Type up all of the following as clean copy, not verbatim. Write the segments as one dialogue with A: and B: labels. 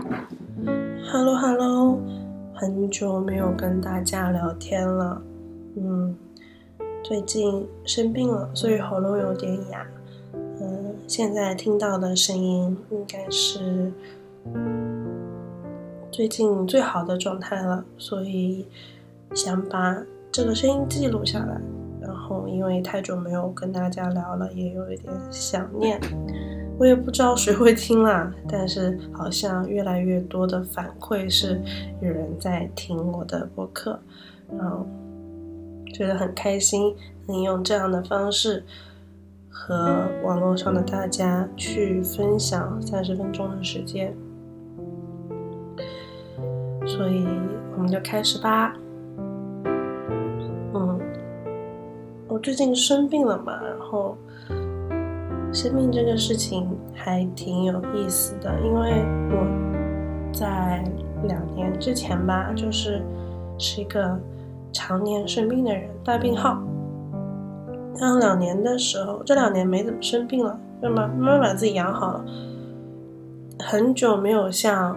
A: Hello，很久没有跟大家聊天了。最近生病了，所以喉咙有点哑。现在听到的声音应该是最近最好的状态了，所以想把这个声音记录下来。然后因为太久没有跟大家聊了，也有一点想念。我也不知道谁会听啦，但是好像越来越多的反馈是有人在听我的播客，然后觉得很开心，能用这样的方式和网络上的大家去分享30分钟的时间，所以我们就开始吧。我最近生病了嘛，然后生病这个事情还挺有意思的，因为我在2年之前吧，是一个常年生病的人，大病号。当2年的时候，这2年没怎么生病了，就慢慢把自己养好了，很久没有像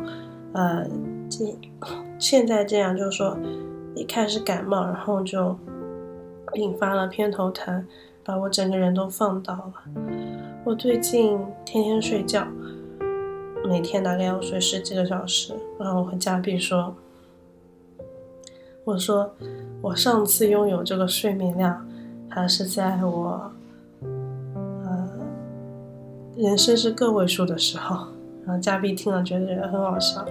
A: 现在这样，就是说一开始感冒，然后就引发了偏头疼，把我整个人都放倒了。我最近天天睡觉，每天大概要睡10几个小时。然后我和嘉碧说，我说我上次拥有这个睡眠量还是在我人生是个位数的时候。然后嘉碧听了觉得很好笑。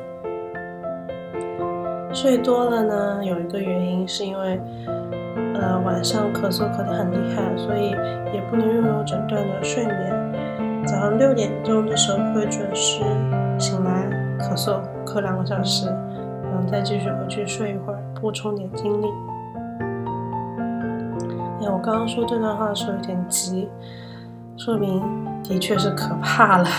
A: 睡多了呢，有一个原因是因为晚上咳嗽咳得很厉害，所以也不能拥有整段的睡眠。早上6点钟的时候会准时醒来咳嗽，咳2个小时，然后再继续回去睡一会儿，补充点精力。我刚刚说这段话的时候有点急，说明的确是可怕了。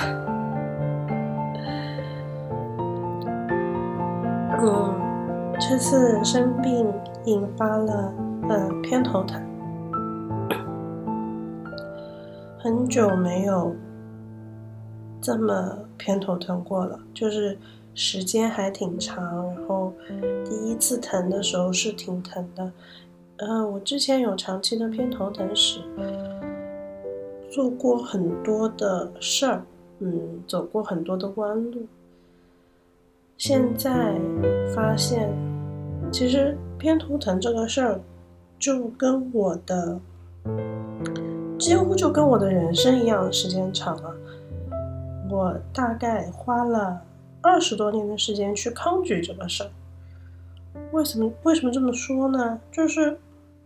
A: 这次生病引发了偏头疼，很久没有这么偏头疼过了，就是时间还挺长，然后第一次疼的时候是挺疼的。我之前有长期的偏头疼史，做过很多的事儿，走过很多的弯路。现在发现，其实偏头疼这个事儿，几乎就跟我的人生一样的时间长了。我大概花了20多年的时间去抗拒这个事儿。为什么这么说呢？就是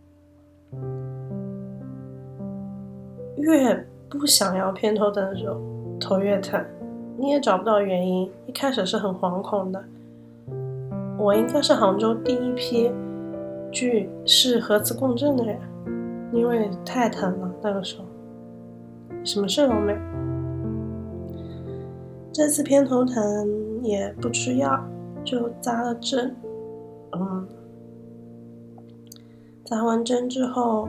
A: 越不想要偏头疼的时候，头越疼，你也找不到原因，一开始是很惶恐的。我应该是杭州第一批去试核磁共振的人，因为太疼了，那个时候什么事都没有。这次偏头疼也不吃药，就扎了针。扎完针之后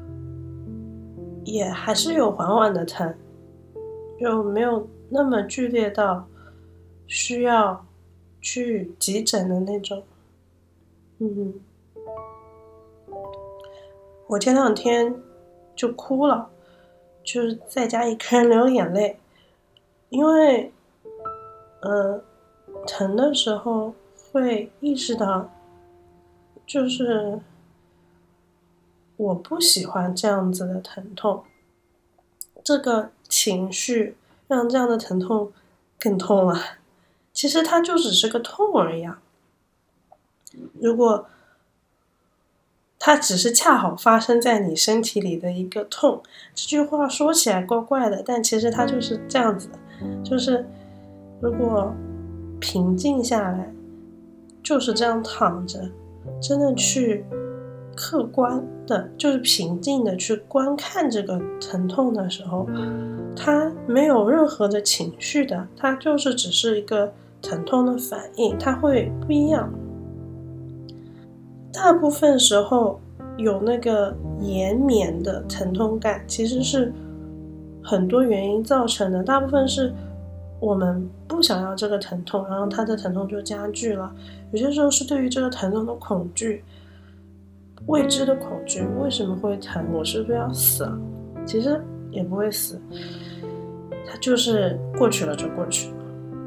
A: 也还是有缓缓的疼，就没有那么剧烈到需要去急诊的那种。我前2天就哭了，就是在家一个人流眼泪，因为疼的时候会意识到，就是我不喜欢这样子的疼痛，这个情绪让这样的疼痛更痛了。其实它就只是个痛而已。如果它只是恰好发生在你身体里的一个痛，这句话说起来怪怪的，但其实它就是这样子的。就是如果平静下来，就是这样躺着，真的去客观的，就是平静的去观看这个疼痛的时候，它没有任何的情绪的，它就是只是一个疼痛的反应，它会不一样。大部分时候有那个延绵的疼痛感，其实是很多原因造成的。大部分是我们不想要这个疼痛，然后它的疼痛就加剧了。有些时候是对于这个疼痛的恐惧，未知的恐惧，为什么会疼？我是不是要死了？其实也不会死，它就是过去了就过去了。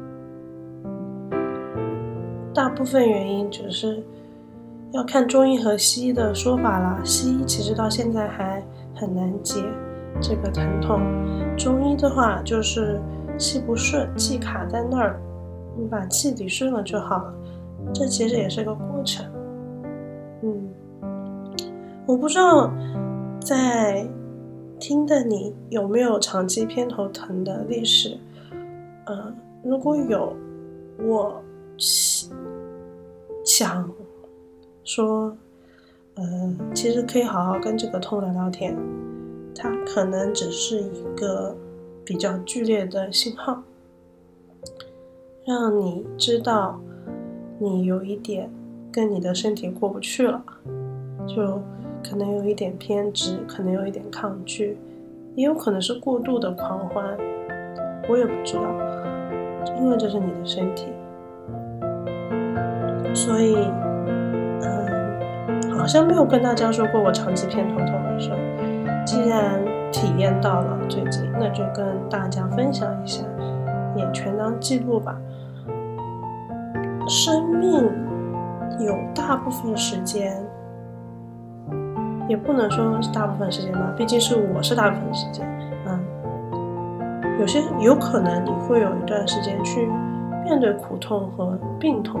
A: 大部分原因只是要看中医和西医的说法啦。西医其实到现在还很难解这个疼痛，中医的话就是气不顺，气卡在那儿，你把气理顺了就好了。这其实也是个过程。我不知道在听的你有没有长期偏头疼的历史。如果有，我想说其实可以好好跟这个痛聊聊天，它可能只是一个比较剧烈的信号，让你知道你有一点跟你的身体过不去了，就可能有一点偏执，可能有一点抗拒，也有可能是过度的狂欢，我也不知道，因为这是你的身体。所以好像没有跟大家说过我长期偏头痛的事，既然体验到了最近，那就跟大家分享一下，也全当记录吧。生命有大部分时间，也不能说是大部分时间吧，毕竟我是大部分时间。有可能你会有一段时间去面对苦痛和病痛。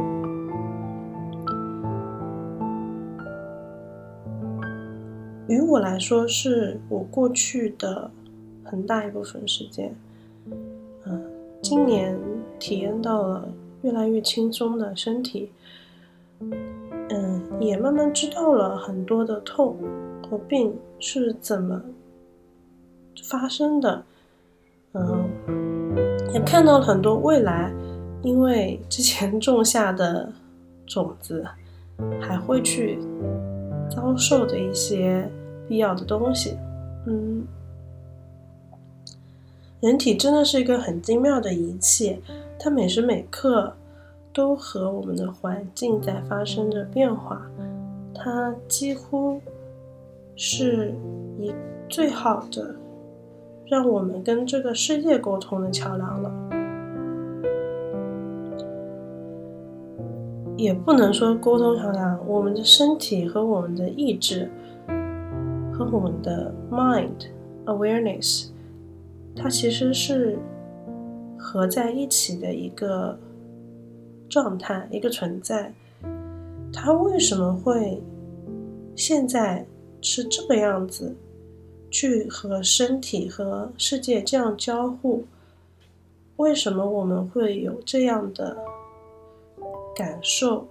A: 于我来说，是我过去的很大一部分时间。今年体验到了越来越轻松的身体，也慢慢知道了很多的痛和病是怎么发生的，也看到了很多未来因为之前种下的种子还会去遭受的一些必要的东西。人体真的是一个很精妙的仪器，它每时每刻都和我们的环境在发生着变化，它几乎是最好的让我们跟这个世界沟通的桥梁了。也不能说沟通桥梁，我们的身体和我们的意志和我们的 mind awareness， 它其实是合在一起的一个状态，一个存在。它为什么会现在是这个样子，去和身体和世界这样交互？为什么我们会有这样的感受？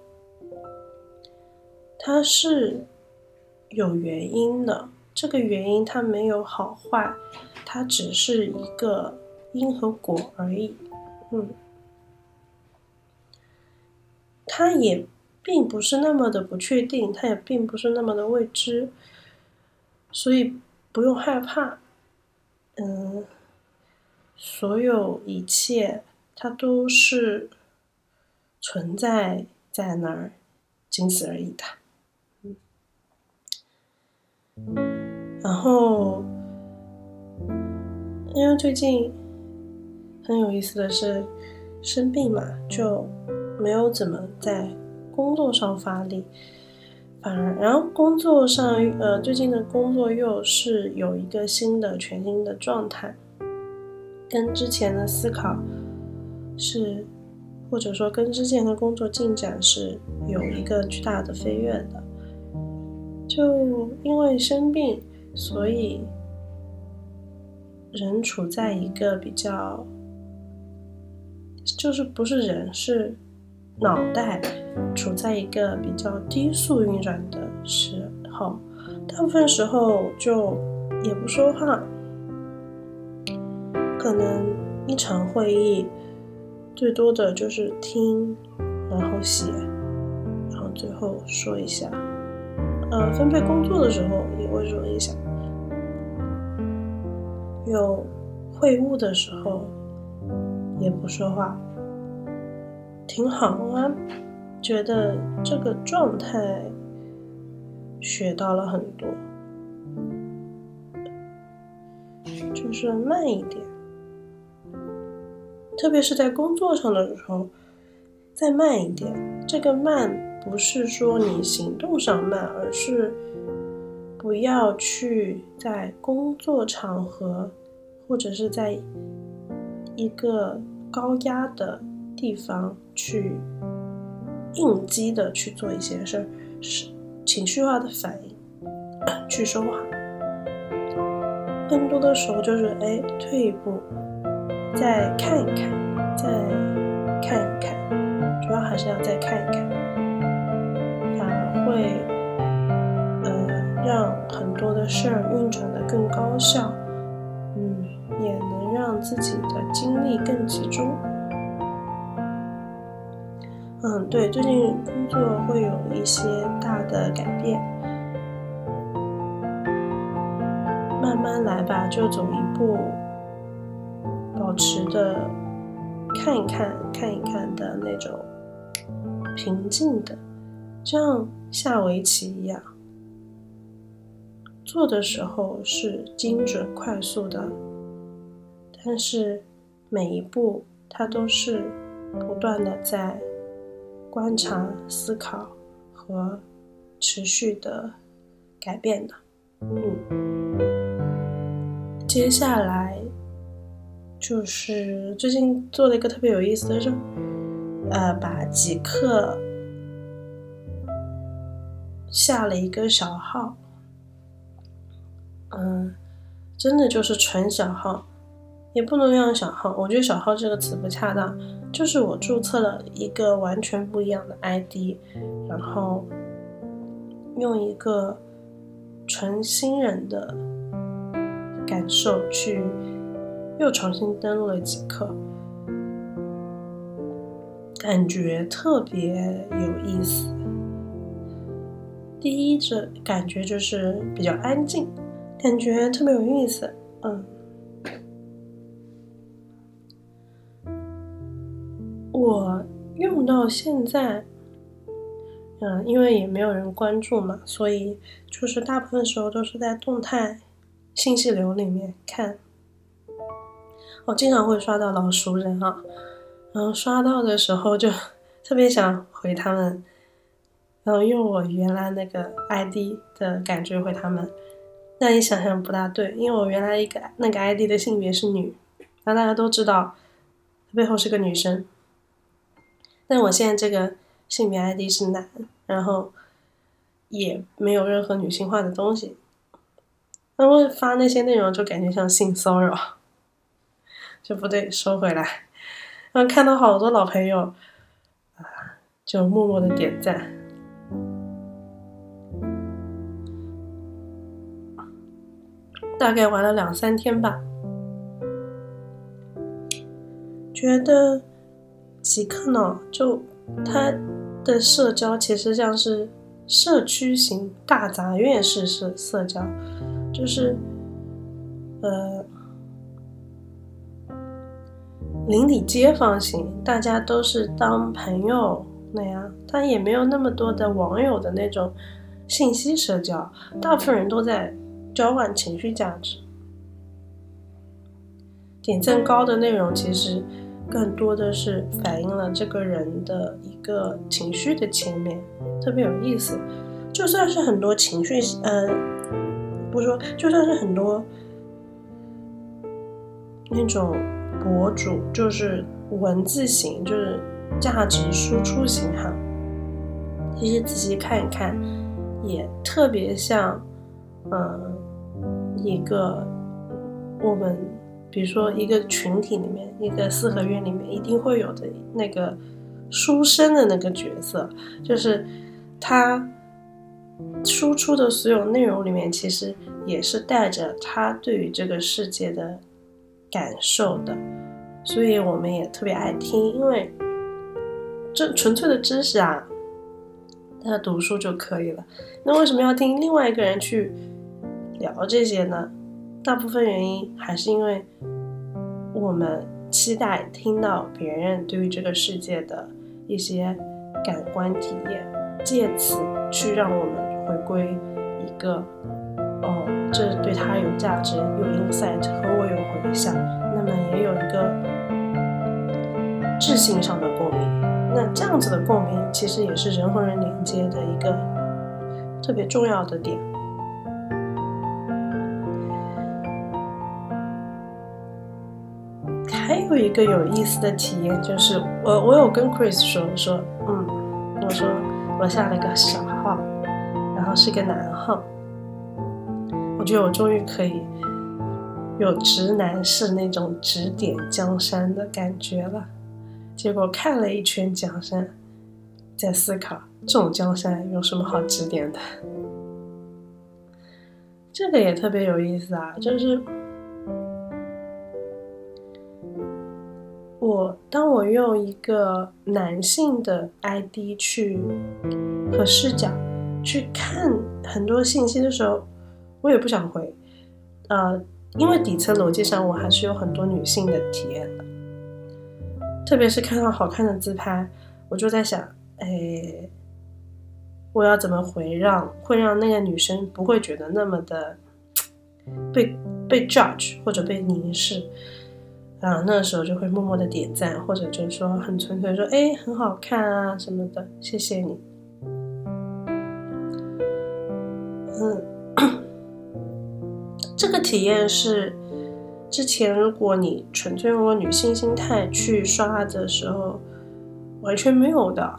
A: 它是有原因的，这个原因它没有好坏，它只是一个因和果而已。它也并不是那么的不确定，它也并不是那么的未知，所以不用害怕。所有一切它都是存在在那儿，仅此而已的。然后因为最近很有意思的是生病嘛，就没有怎么在工作上发力，然后工作上最近的工作又是有一个全新的状态，跟之前的思考是，或者说跟之前的工作进展是有一个巨大的飞跃的。就因为生病，所以人处在一个比较，就是不是人，是脑袋处在一个比较低速运转的时候，大部分时候就也不说话，可能一场会议最多的就是听，然后写，然后最后说一下。分配工作的时候也会说一下，有会晤的时候也不说话，挺好啊，觉得这个状态学到了很多，就是慢一点，特别是在工作上的时候再慢一点。这个慢不是说你行动上慢，而是不要去在工作场合或者是在一个高压的地方去应激的去做一些事儿，是情绪化的反应去说话。更多的时候就是退一步，再看一看，再看一看，主要还是要再看一看，反而会让很多的事儿运转得更高效，也能让自己的精力更集中。对，最近工作会有一些大的改变，慢慢来吧，就走一步，保持的看一看的那种平静的，像下围棋一样，做的时候是精准快速的，但是每一步它都是不断的在观察、思考和持续的改变的。接下来就是最近做了一个特别有意思的事，把极客下了一个小号，真的就是纯小号，也不能用小号，我觉得小号这个词不恰当，就是我注册了一个完全不一样的 ID， 然后用一个纯新人的感受去又重新登录了极客，感觉特别有意思。第一个感觉就是比较安静，感觉特别有意思。我用到现在，因为也没有人关注嘛，所以就是大部分时候都是在动态信息流里面看。我经常会刷到老熟人啊，然后刷到的时候就特别想回他们，然后用我原来那个 ID 的感觉回他们。那你想想不大对，因为我原来那个 ID 的性别是女，然后大家都知道背后是个女生，但我现在这个性别 ID 是男，然后也没有任何女性化的东西，那我发那些内容就感觉像性骚扰，就不对，收回来。然后看到好多老朋友就默默的点赞。大概玩了2-3天吧，觉得极客呢，就它的社交其实像是社区型大杂院式社交，就是邻里街坊型，大家都是当朋友那样，他也没有那么多的网友的那种信息社交，大部分人都在交换情绪价值。点赞高的内容其实更多的是反映了这个人的一个情绪的切面，特别有意思。就算是很多情绪不说，就算是很多那种博主，就是文字型，就是价值输出型哈，其实仔细看一看也特别像一个我们比如说一个群体里面，一个四合院里面一定会有的那个书生的那个角色，就是他输出的所有内容里面其实也是带着他对于这个世界的感受的，所以我们也特别爱听，因为这纯粹的知识啊，他读书就可以了，那为什么要听另外一个人去聊这些呢？大部分原因还是因为我们期待听到别人对于这个世界的一些感官体验，借此去让我们回归一个这对他有价值，有 insight， 和我有回响，那么也有一个智性上的共鸣。那这样子的共鸣其实也是人和人连接的一个特别重要的点。还有一个有意思的体验就是我有跟 Chris 说我说我下了个小号，然后是个男号，我觉得我终于可以有直男式那种指点江山的感觉了。结果看了一圈江山，在思考这种江山有什么好指点的。这个也特别有意思啊，就是当我用一个男性的 ID 去和视角去看很多信息的时候，我也不想回，因为底层逻辑上我还是有很多女性的体验的，特别是看到好看的自拍，我就在想，我要怎么会让那个女生不会觉得那么的被 judge 或者被凝视。那时候就会默默的点赞，或者就是说很纯粹说很好看啊什么的，谢谢你。这个体验是之前如果你纯粹用女性心态去刷的时候完全没有的。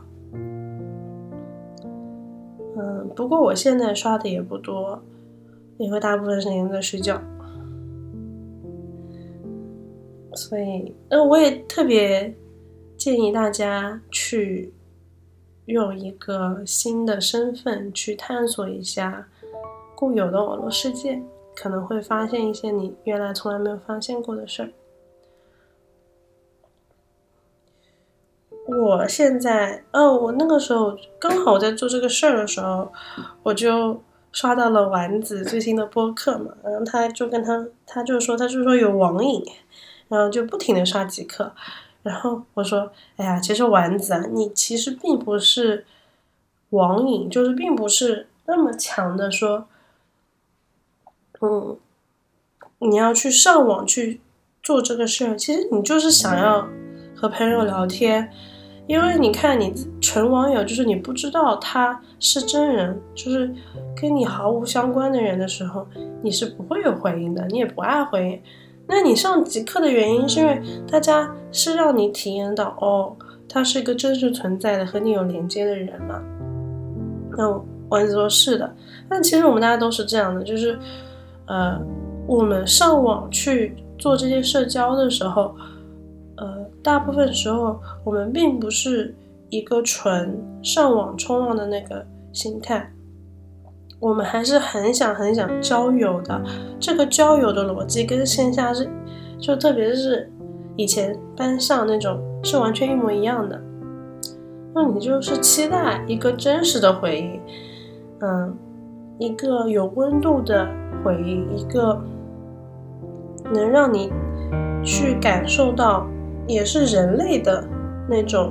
A: 不过我现在刷的也不多，因为大部分时间在睡觉。所以我也特别建议大家去用一个新的身份去探索一下固有的网络世界，可能会发现一些你原来从来没有发现过的事儿。我现在我那个时候刚好在做这个事儿的时候，我就刷到了丸子最新的播客嘛，然后他就说有网瘾，然后就不停的刷极客，然后我说其实丸子啊，你其实并不是网瘾，就是并不是那么强的说你要去上网去做这个事儿，其实你就是想要和朋友聊天，因为你看你纯网友，就是你不知道他是真人，就是跟你毫无相关的人的时候，你是不会有回应的，你也不爱回应。那你上极客的原因是因为大家是让你体验到他是一个真实存在的和你有连接的人嘛。那丸子说是的，但其实我们大家都是这样的，就是我们上网去做这些社交的时候，大部分时候我们并不是一个纯上网冲浪的那个心态，我们还是很想交友的。这个交友的逻辑跟线下是，就特别是以前班上那种是完全一模一样的。那你就是期待一个真实的回应，一个有温度的回应，一个能让你去感受到也是人类的那种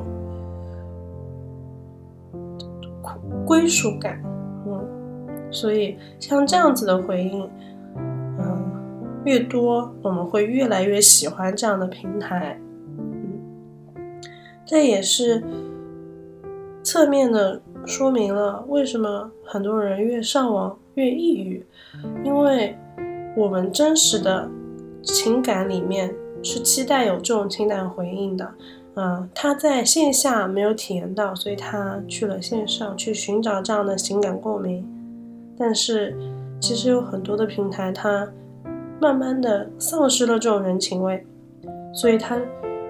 A: 归属感。所以像这样子的回应越多，我们会越来越喜欢这样的平台。这也是侧面的说明了为什么很多人越上网越抑郁，因为我们真实的情感里面是期待有这种情感回应的。他在线下没有体验到，所以他去了线上去寻找这样的情感共鸣。但是其实有很多的平台它慢慢的丧失了这种人情味，所以它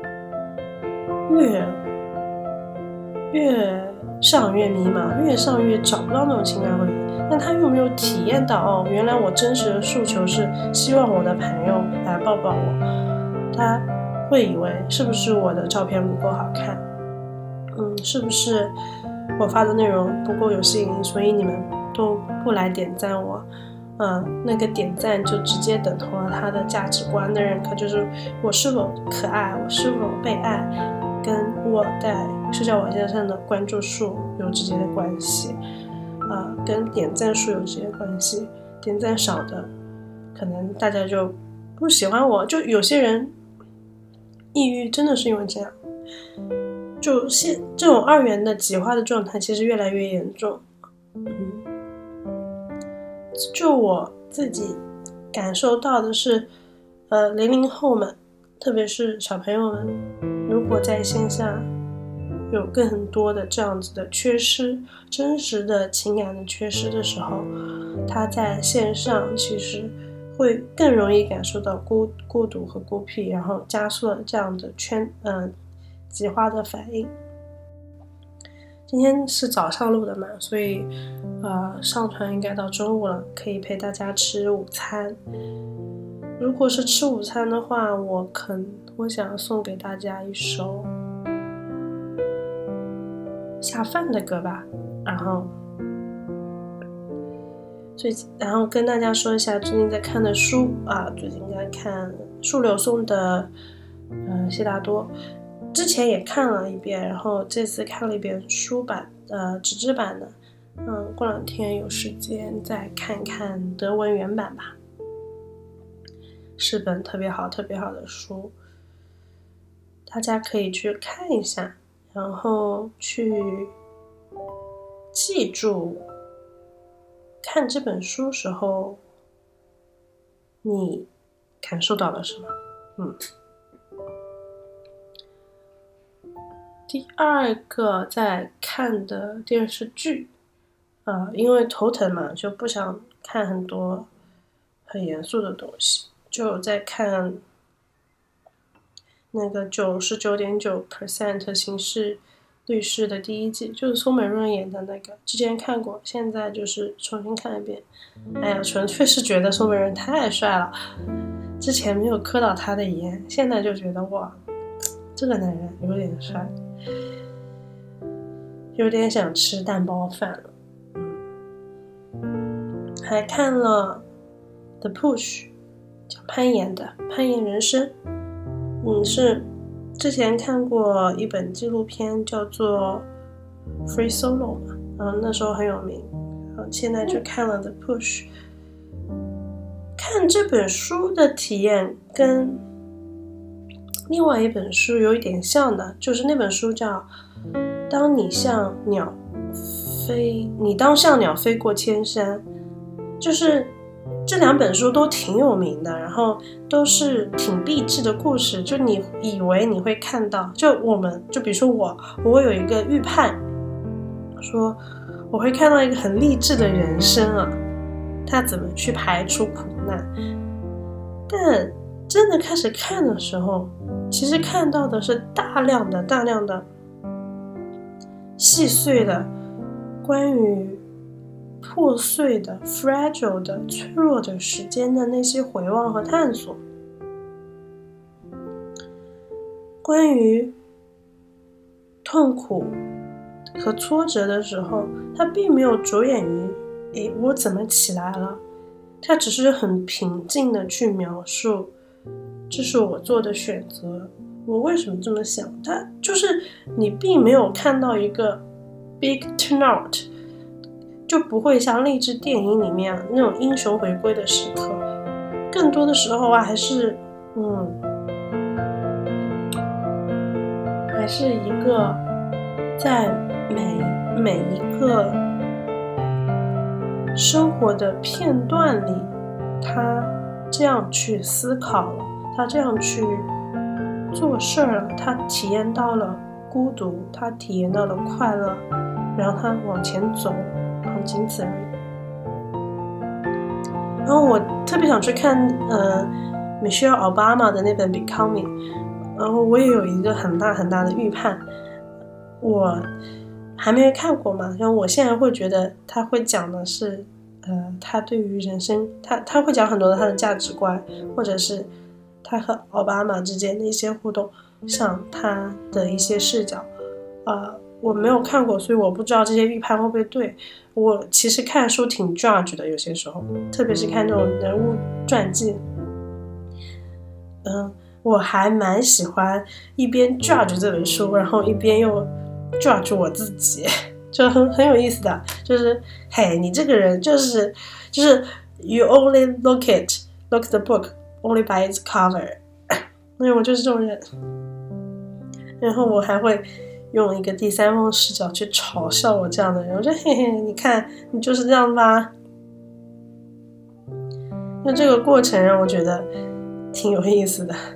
A: 越上越迷茫，越上越找不到那种情感回应。但他又没有体验到原来我真实的诉求是希望我的朋友来抱抱我，他会以为是不是我的照片不够好看，是不是我发的内容不够有吸引力，所以你们都不来点赞我， 那个点赞就直接等同了他的价值观的认可，就是我是否可爱，我是否被爱，跟我在社交网站上的关注数有直接的关系，跟点赞数有直接关系。点赞少的，可能大家就不喜欢我。就有些人抑郁真的是因为这样，就这种二元的极化的状态其实越来越严重。就我自己感受到的是00后们，特别是小朋友们，如果在线下有更多的这样子的缺失，真实的情感的缺失的时候，他在线上其实会更容易感受到孤独和孤僻，然后加速了这样的极化的反应。今天是早上录的嘛，所以上传应该到中午了，可以陪大家吃午餐。如果是吃午餐的话，我想送给大家一首下饭的歌吧，然后跟大家说一下最近在看的书最近在看树柳颂的悉达多，之前也看了一遍，然后这次看了一遍书版纸质版的，过两天有时间再看看德文原版吧，是本特别好的书，大家可以去看一下，然后去记住看这本书时候你感受到了什么。第二个在看的电视剧因为头疼嘛，就不想看很多很严肃的东西，就在看那个 99.9% 刑事律师的第一季，就是松本润演的那个，之前看过，现在就是重新看一遍。哎呀，纯粹是觉得松本润太帅了，之前没有磕到他的颜，现在就觉得哇，这个男人有点帅，有点想吃蛋包饭了。还看了 The Push， 讲攀岩的攀岩人生，是之前看过一本纪录片叫做 Free Solo 嘛，那时候很有名，现在就看了 The Push。 看这本书的体验跟另外一本书有一点像的，就是那本书叫当像鸟飞过千山，就是这两本书都挺有名的，然后都是挺励志的故事，就你以为你会看到，就比如说我会有一个预判，说我会看到一个很励志的人生他怎么去排除苦难，但真的开始看的时候，其实看到的是大量的细碎的关于破碎的 fragile 的脆弱的时间的那些回望和探索，关于痛苦和挫折的时候，他并没有着眼于我怎么起来了，他只是很平静的去描述这是我做的选择，我为什么这么想，他就是你并没有看到一个 big turnout，就不会像励志电影里面那种英雄回归的时刻，更多的时候还是一个在每一个生活的片段里，他这样去思考了，他这样去做事了，他体验到了孤独，他体验到了快乐，然后他往前走，然后仅此而已。然后我特别想去看Michelle Obama 的那本 Becoming， 然后我也有一个很大的预判，我还没有看过嘛，然后我现在会觉得他会讲的是他对于人生，他会讲很多的他的价值观，或者是他和奥巴马之间的一些互动，像他的一些视角我没有看过，所以我不知道这些预判会不会对。我其实看书挺 judge 的，有些时候，特别是看这种人物传记。我还蛮喜欢一边 judge 这本书，然后一边又 judge 我自己，就很有意思的。就是嘿，你这个人就是you only look the book only by its cover， 因为我就是这种人。然后我还会用一个第三方视角去嘲笑我这样的人，我说嘿嘿，你看你就是这样吧。那这个过程让我觉得挺有意思的。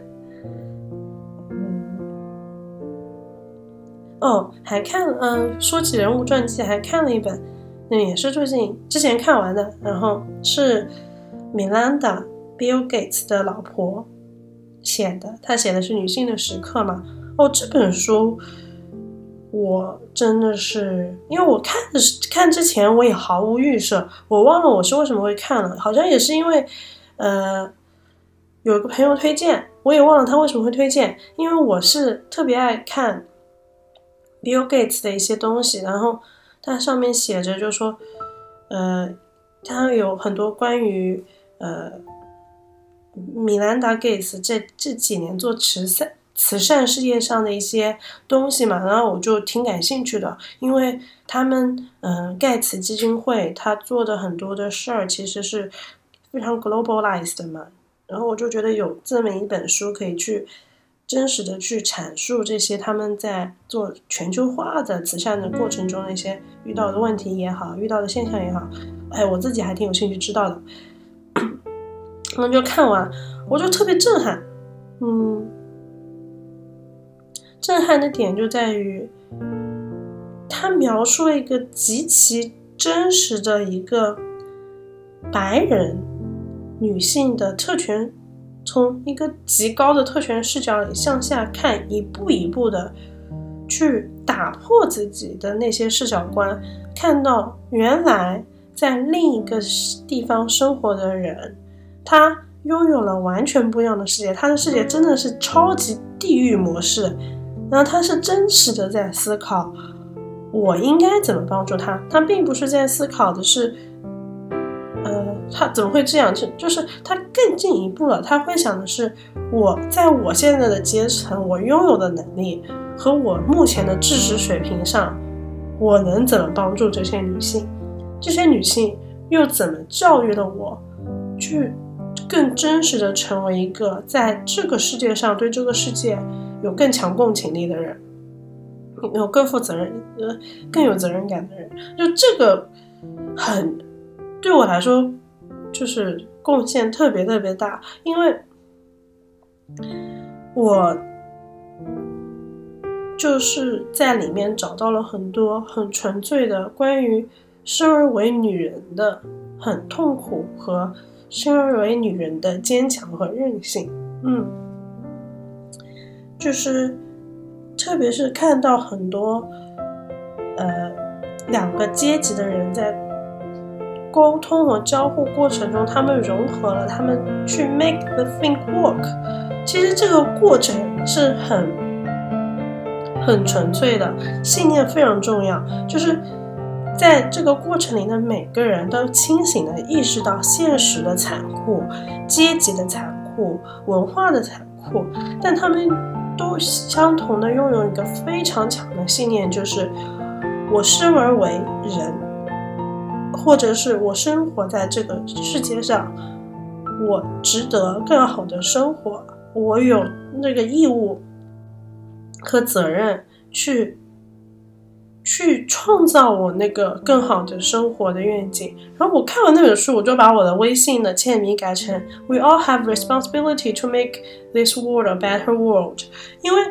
A: 还看说起人物传记，还看了一本，也是之前看完的，然后是米兰达 Bill Gates 的老婆写的，他写的是女性的时刻嘛。这本书我真的是，因为我看之前我也毫无预设，我忘了我是为什么会看了，好像也是因为有一个朋友推荐，我也忘了他为什么会推荐，因为我是特别爱看 Bill Gates 的一些东西，然后它上面写着就说他有很多关于米兰达 Gates 这几年做慈善事业上的一些东西嘛，然后我就挺感兴趣的，因为他们盖茨基金会他做的很多的事儿其实是非常 globalized 的嘛，然后我就觉得有这么一本书可以去真实的去阐述这些他们在做全球化的慈善的过程中的一些遇到的问题也好，遇到的现象也好，我自己还挺有兴趣知道的。然后就看完我就特别震撼，震撼的点就在于他描述了一个极其真实的一个白人女性的特权，从一个极高的特权视角里向下看，一步一步的去打破自己的那些视角观，看到原来在另一个地方生活的人，他拥有了完全不一样的世界，他的世界真的是超级地狱模式，然后他是真实的在思考我应该怎么帮助他，他并不是在思考的是他怎么会这样，就是他更进一步了，他会想的是我在我现在的阶层，我拥有的能力和我目前的知识水平上，我能怎么帮助这些女性，这些女性又怎么教育了我去更真实的成为一个在这个世界上对这个世界有更强共情力的人，有更负责任更有责任感的人，就这个很对我来说就是贡献特别特别大，因为我就是在里面找到了很多很纯粹的关于生而为女人的很痛苦和生而为女人的坚强和韧性。就是特别是看到很多两个阶级的人在沟通和交互过程中，他们融合了，他们去 make the thing work， 其实这个过程是很纯粹的，信念非常重要，就是在这个过程里的每个人都清醒地意识到现实的残酷，阶级的残酷，文化的残酷，但他们都相同的拥有一个非常强的信念，就是我生而为人，或者是我生活在这个世界上，我值得更好的生活，我有那个义务和责任去创造我那个更好的生活的愿景。然后我看完那本书，我就把我的微信的签名改成 We all have responsibility to make this world a better world。 因为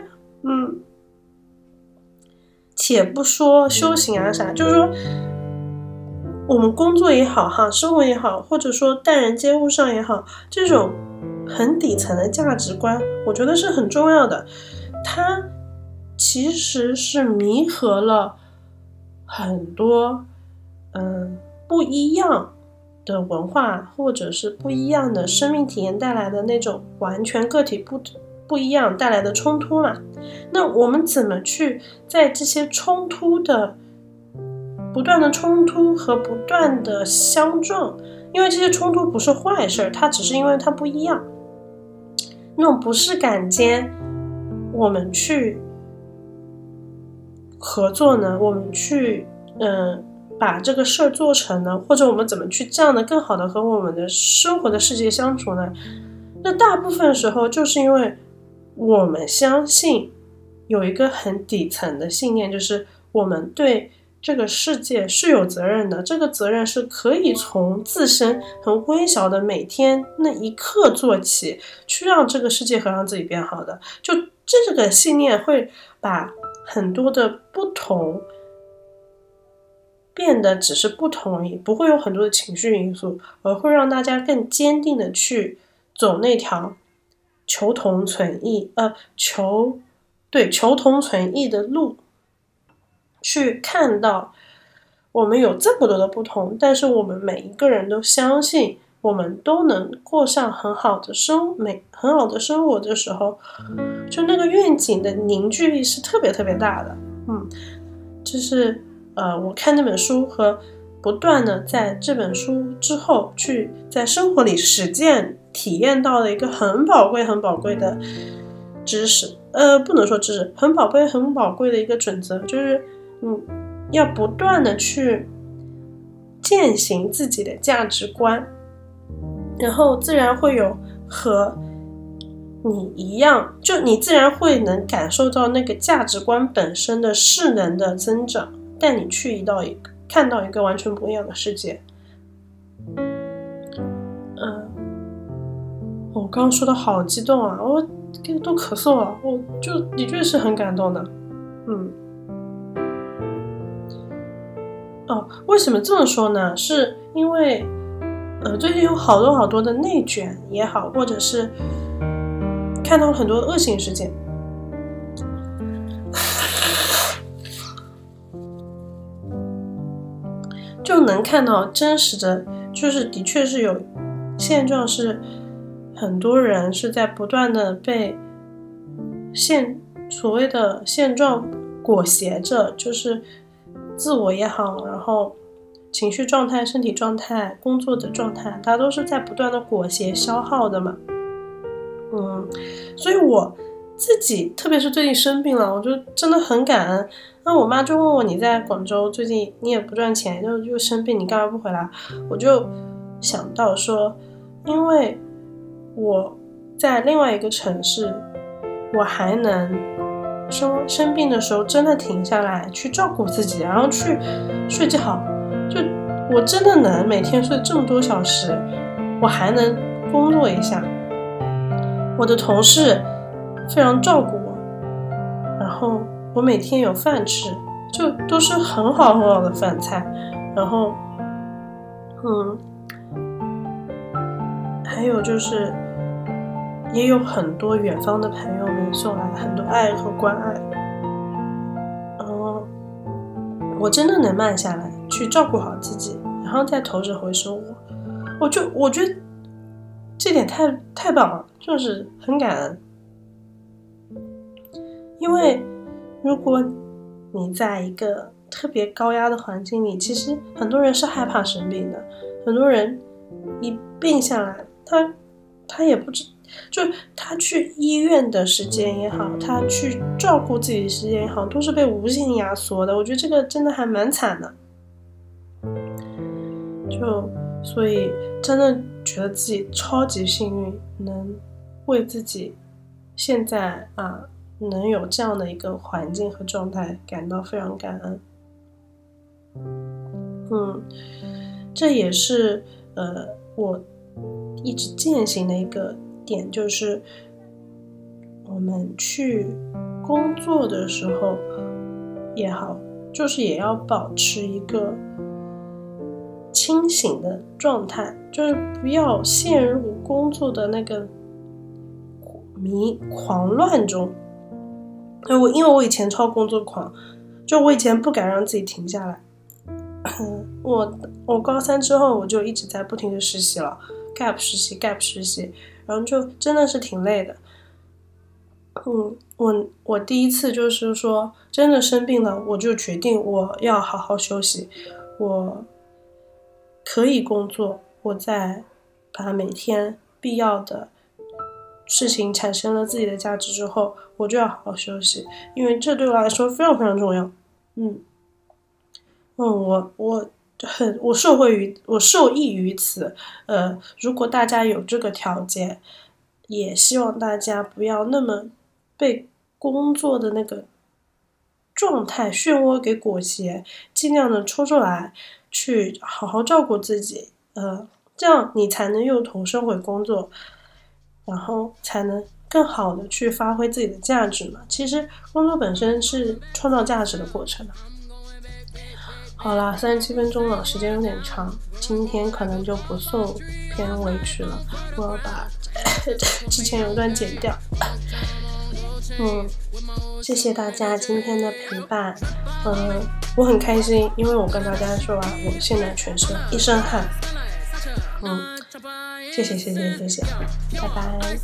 A: 且不说修行啊啥，就是说我们工作也好哈，生活也好，或者说待人接物上也好，这种很底层的价值观我觉得是很重要的，它其实是弥合了很多不一样的文化或者是不一样的生命体验带来的那种完全个体不一样带来的冲突嘛。那我们怎么去在这些冲突的不断的冲突和不断的相撞，因为这些冲突不是坏事，它只是因为它不一样。那种不适感间，我们去合作呢，我们去把这个事儿做成呢，或者我们怎么去这样的更好的和我们的生活的世界相处呢？那大部分时候就是因为我们相信有一个很底层的信念，就是我们对这个世界是有责任的，这个责任是可以从自身很微小的每天那一刻做起，去让这个世界和让自己变好的。就这个信念会把很多的不同变得只是不同而已，不会有很多的情绪因素，而会让大家更坚定的去走那条求同存异求同存异的路，去看到我们有这么多的不同，但是我们每一个人都相信我们都能过上很好的生活的时候，就那个愿景的凝聚力是特别特别大的。就是我看这本书和不断的在这本书之后去在生活里实践体验到了一个很宝贵的知识，不能说知识，很宝贵的一个准则，就是要不断的去践行自己的价值观，然后自然会有和你一样，就你自然会能感受到那个价值观本身的势能的增长，带你去看到一个完全不一样的世界。我刚刚说的好激动啊，我都咳嗽了，我就的确是很感动的。为什么这么说呢？是因为最近有好多的内卷也好，或者是看到了很多恶性事件，就能看到真实的，就是的确是有现状，是很多人是在不断的被所谓的现状裹挟着，就是自我也好，然后情绪状态、身体状态、工作的状态，它都是在不断的裹挟消耗的嘛。所以我自己特别是最近生病了，我就真的很感恩。那我妈就问我，你在广州最近你也不赚钱，就生病，你干嘛不回来？我就想到说，因为我在另外一个城市，我还能生病的时候真的停下来去照顾自己，然后去睡觉，就我真的能每天睡这么多小时，我还能工作一下。我的同事非常照顾我，然后我每天有饭吃，就都是很好的饭菜，然后还有就是也有很多远方的朋友们送来很多爱和关爱，我真的能慢下来去照顾好自己，然后再投身回生活。我觉得这点太棒了，就是很感恩。因为如果你在一个特别高压的环境里，其实很多人是害怕生病的，很多人一病下来，他也不知，就他去医院的时间也好，他去照顾自己的时间也好，都是被无限压缩的。我觉得这个真的还蛮惨的，所以真的觉得自己超级幸运，能为自己现在能有这样的一个环境和状态感到非常感恩。这也是我一直践行的一个点，就是我们去工作的时候也好，就是也要保持一个清醒的状态，就是不要陷入工作的那个狂乱中。因为我以前超工作狂，就我以前不敢让自己停下来。我高3之后我就一直在不停的实习了， gap 实习，然后就真的是挺累的。 我第一次就是说真的生病了，我就决定我要好好休息，我可以工作，我再把每天必要的事情产生了自己的价值之后，我就要好好休息，因为这对我来说非常非常重要。我受益于此。如果大家有这个条件，也希望大家不要那么被工作的那个状态漩涡给裹挟，尽量的抽出来，去好好照顾自己。这样你才能又投身回工作，然后才能更好的去发挥自己的价值嘛。其实工作本身是创造价值的过程。好啦，37分钟了，时间有点长，今天可能就不送片尾曲了，我要把之前有段剪掉。谢谢大家今天的陪伴。我很开心，因为我跟大家说完，我现在全身一身汗。谢谢，拜拜。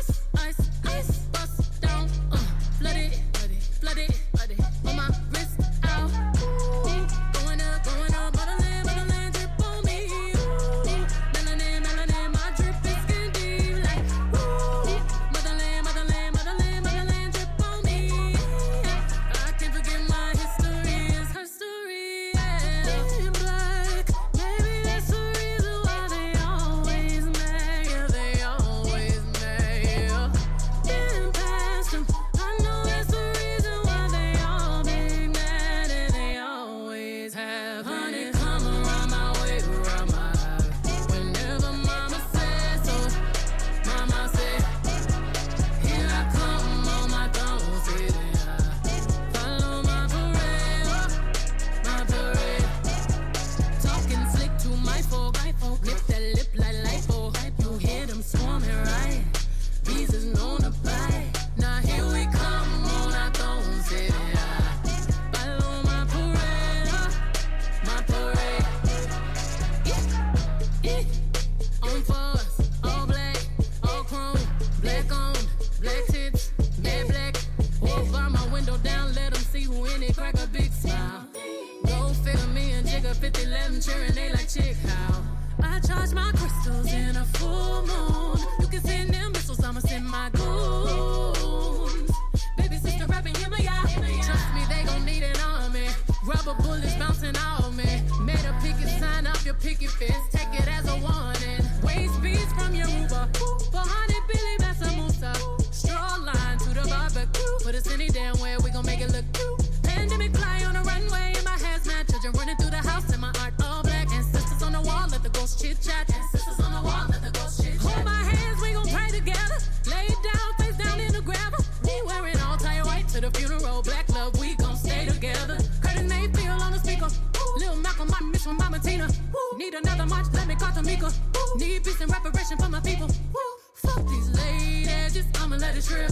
B: Need peace and reparation for my people. Fuck these late edges, I'ma let it shrivel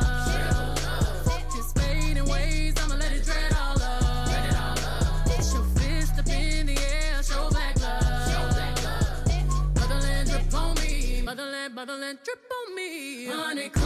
B: up. Fuck this fading ways, I'ma let it dread all up. Get your fist up in the air, show black love. Motherland drip on me, motherland drip on me. Honey.